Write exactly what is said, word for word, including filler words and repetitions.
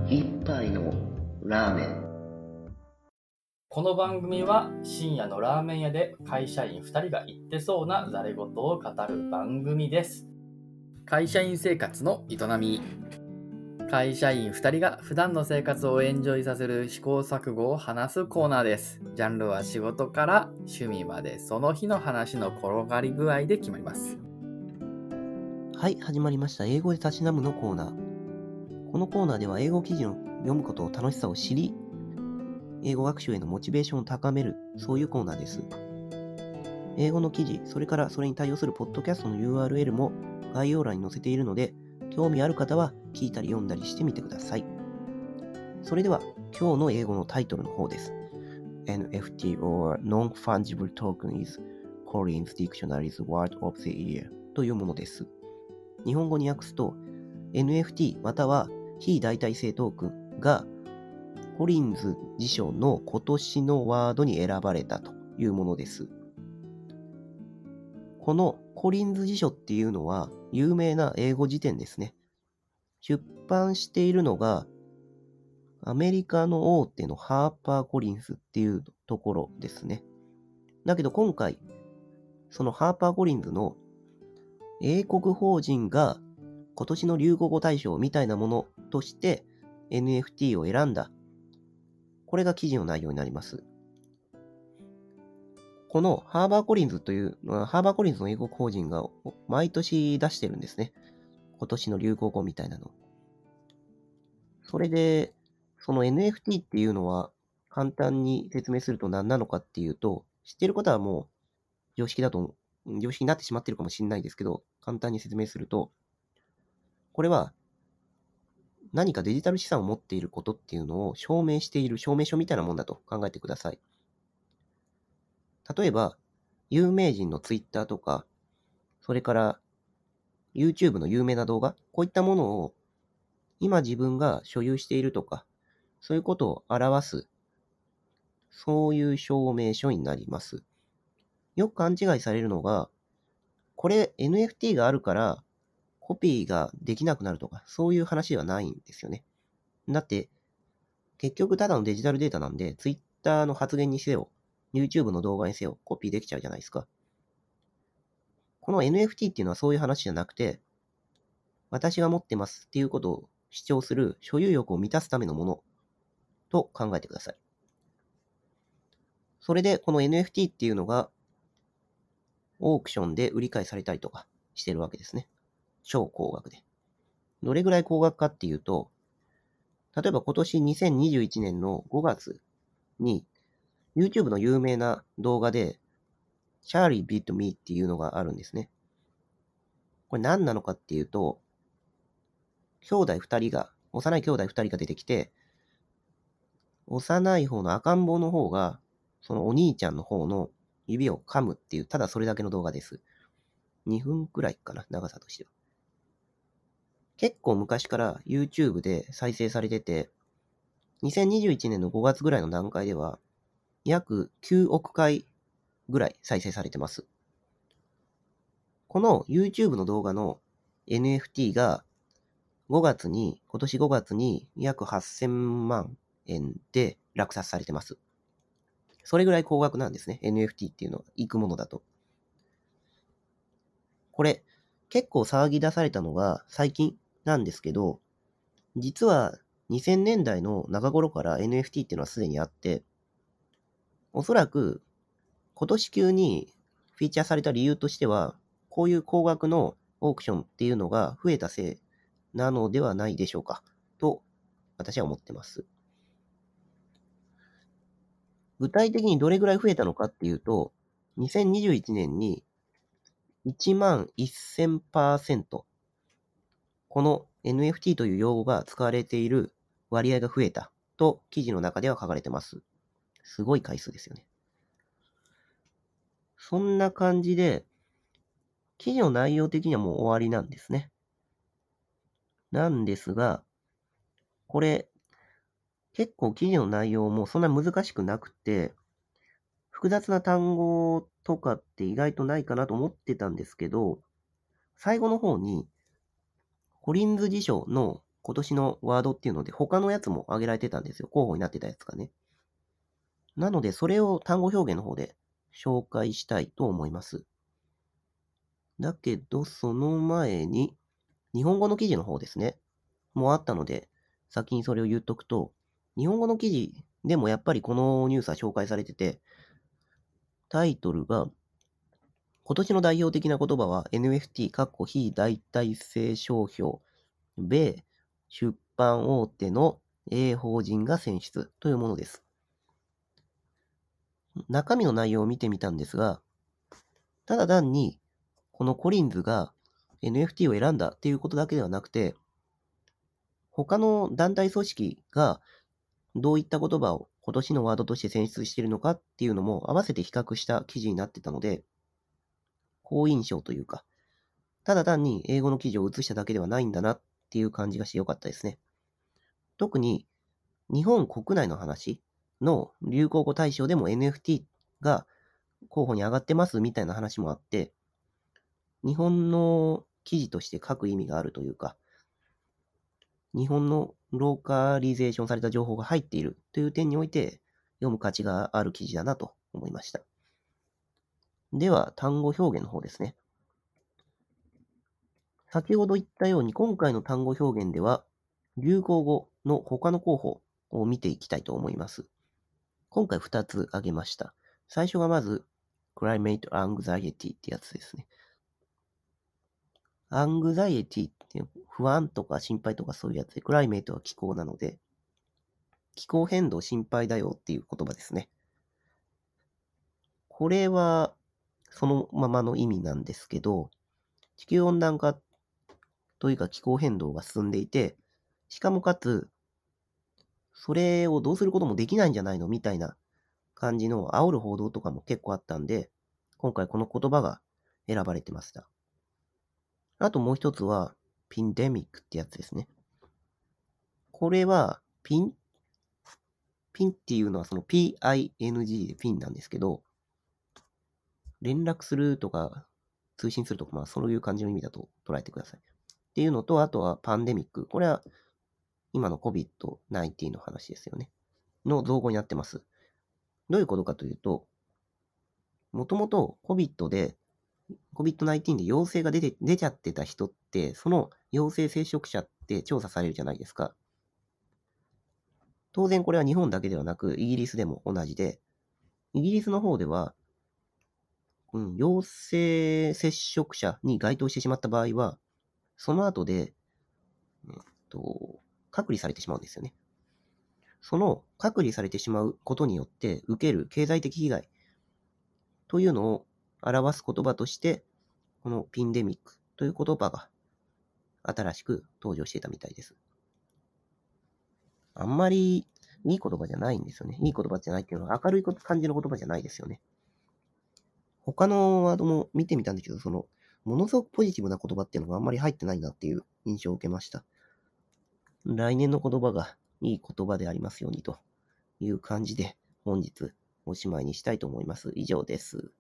一杯のラーメン。 この番組は深夜のラーメン屋で会社員ふたりが言ってそうなざれ言を語る番組です。会社員生活の営み。会社員ふたりが普段の生活をエンジョイさせる試行錯誤を話すコーナーです。ジャンルは仕事から趣味までその日の話の転がり具合で決まります。 はい、始まりました。英語でたしなむのコーナー。このコーナーでは英語記事を読むことを楽しさを知り、英語学習へのモチベーションを高める、そういうコーナーです。英語の記事、それからそれに対応するポッドキャストの ユーアールエル も概要欄に載せているので、興味ある方は聞いたり読んだりしてみてください。それでは、今日の英語のタイトルの方です。エヌエフティー or Non-Fungible Token is Collins Dictionary's Word of the Year というものです。日本語に訳すと エヌエフティー または非代替性トークンがコリンズ辞書の今年のワードに選ばれたというものです。このコリンズ辞書っていうのは有名な英語辞典ですね。出版しているのがアメリカの大手のハーパーコリンズっていうところですね。だけど今回そのハーパーコリンズの英国法人が今年の流行語大賞みたいなものとして エヌエフティー を選んだ。これが記事の内容になります。このハーバーコリンズという、ハーバーコリンズの英国法人が毎年出してるんですね。今年の流行語みたいなの。それで、その エヌエフティー っていうのは簡単に説明すると何なのかっていうと、知ってる方はもう常識だと、常識になってしまってるかもしれないですけど、簡単に説明すると、これは何かデジタル資産を持っていることっていうのを証明している証明書みたいなもんだと考えてください。例えば、有名人のツイッターとか、それから YouTube の有名な動画、こういったものを今自分が所有しているとか、そういうことを表す、そういう証明書になります。よく勘違いされるのが、これ エヌエフティー があるからコピーができなくなるとか、そういう話ではないんですよね。だって、結局ただのデジタルデータなんで、Twitter の発言にせよ、YouTube の動画にせよ、コピーできちゃうじゃないですか。この エヌエフティー っていうのはそういう話じゃなくて、私が持ってますっていうことを主張する所有欲を満たすためのものと考えてください。それで、この エヌエフティー っていうのが、オークションで売り買いされたりとかしてるわけですね。超高額で。どれぐらい高額かっていうと、例えば今年にせんにじゅういちねんのごがつに YouTube の有名な動画で Charlie Beat Me っていうのがあるんですね。これ何なのかっていうと、兄弟二人が、幼い兄弟二人が出てきて、幼い方の赤ん坊の方が、そのお兄ちゃんの方の指を噛むっていう、ただそれだけの動画です。にふんくらいかな、長さとしては。結構昔から YouTube で再生されてて、にせんにじゅういちねんのごがつぐらいの段階では、約きゅうおくかいぐらい再生されてます。この YouTube の動画の エヌエフティー がごがつに、今年ごがつに約はっせんまんえんで落札されてます。それぐらい高額なんですね。エヌエフティー っていうのは、行くものだと。これ、結構騒ぎ出されたのが最近なんですけど、実はにせんねんだいの中頃から エヌエフティー っていうのはすでにあって、おそらく今年急にフィーチャーされた理由としては、こういう高額のオークションっていうのが増えたせいなのではないでしょうか、と私は思ってます。具体的にどれぐらい増えたのかっていうと、にせんにじゅういちねんにいちまんせんパーセント、この エヌエフティー という用語が使われている割合が増えたと記事の中では書かれてます。すごい回数ですよね。そんな感じで、記事の内容的にはもう終わりなんですね。なんですが、これ、結構記事の内容もそんな難しくなくて、複雑な単語とかって意外とないかなと思ってたんですけど、最後の方に、コリンズ辞書の今年のワードっていうので、他のやつも挙げられてたんですよ。候補になってたやつがね。なので、それを単語表現の方で紹介したいと思います。だけど、その前に、日本語の記事の方ですね。もうあったので、先にそれを言っとくと、日本語の記事でもやっぱりこのニュースは紹介されてて、タイトルが、今年の代表的な言葉は エヌエフティー、非代替性商標、米出版大手の A 法人が選出というものです。中身の内容を見てみたんですが、ただ単にこのコリンズが エヌエフティー を選んだっていうことだけではなくて、他の団体組織がどういった言葉を今年のワードとして選出しているのかっていうのも合わせて比較した記事になってたので、好印象というか、ただ単に英語の記事を写しただけではないんだなっていう感じがしてよかったですね。特に日本国内の話の流行語大賞でも エヌエフティー が候補に上がってますみたいな話もあって、日本の記事として書く意味があるというか、日本のローカリゼーションされた情報が入っているという点において読む価値がある記事だなと思いました。では、単語表現の方ですね。先ほど言ったように今回の単語表現では流行語の他の候補を見ていきたいと思います。今回ふたつ挙げました。最初がまず Climate Anxiety ってやつですね。Anxiety って不安とか心配とかそういうやつで、Climate は気候なので、気候変動心配だよっていう言葉ですね。これはそのままの意味なんですけど、地球温暖化というか気候変動が進んでいて、しかもかつ、それをどうすることもできないんじゃないのみたいな感じの煽る報道とかも結構あったんで、今回この言葉が選ばれてました。あともう一つは、ピンデミックってやつですね。これは、ピン、ピンっていうのはその ピーアイエヌジー でピンなんですけど、連絡するとか、通信するとか、まあそういう感じの意味だと捉えてください。っていうのと、あとはパンデミック。これは今の コビッドナインティーン の話ですよね。の造語になってます。どういうことかというと、もともと コビッド で、コビッドナインティーン で陽性が出て、出ちゃってた人って、その陽性接触者って調査されるじゃないですか。当然これは日本だけではなく、イギリスでも同じで、イギリスの方では、うん、陽性接触者に該当してしまった場合は、その後で、えっと、隔離されてしまうんですよね。その隔離されてしまうことによって受ける経済的被害というのを表す言葉として、このピンデミックという言葉が新しく登場していたみたいです。あんまりいい言葉じゃないんですよね。いい言葉じゃないっていうのは明るい感じの言葉じゃないですよね。他のワードも見てみたんだけど、その、ものすごくポジティブな言葉っていうのがあんまり入ってないなっていう印象を受けました。来年の言葉がいい言葉でありますようにという感じで、本日おしまいにしたいと思います。以上です。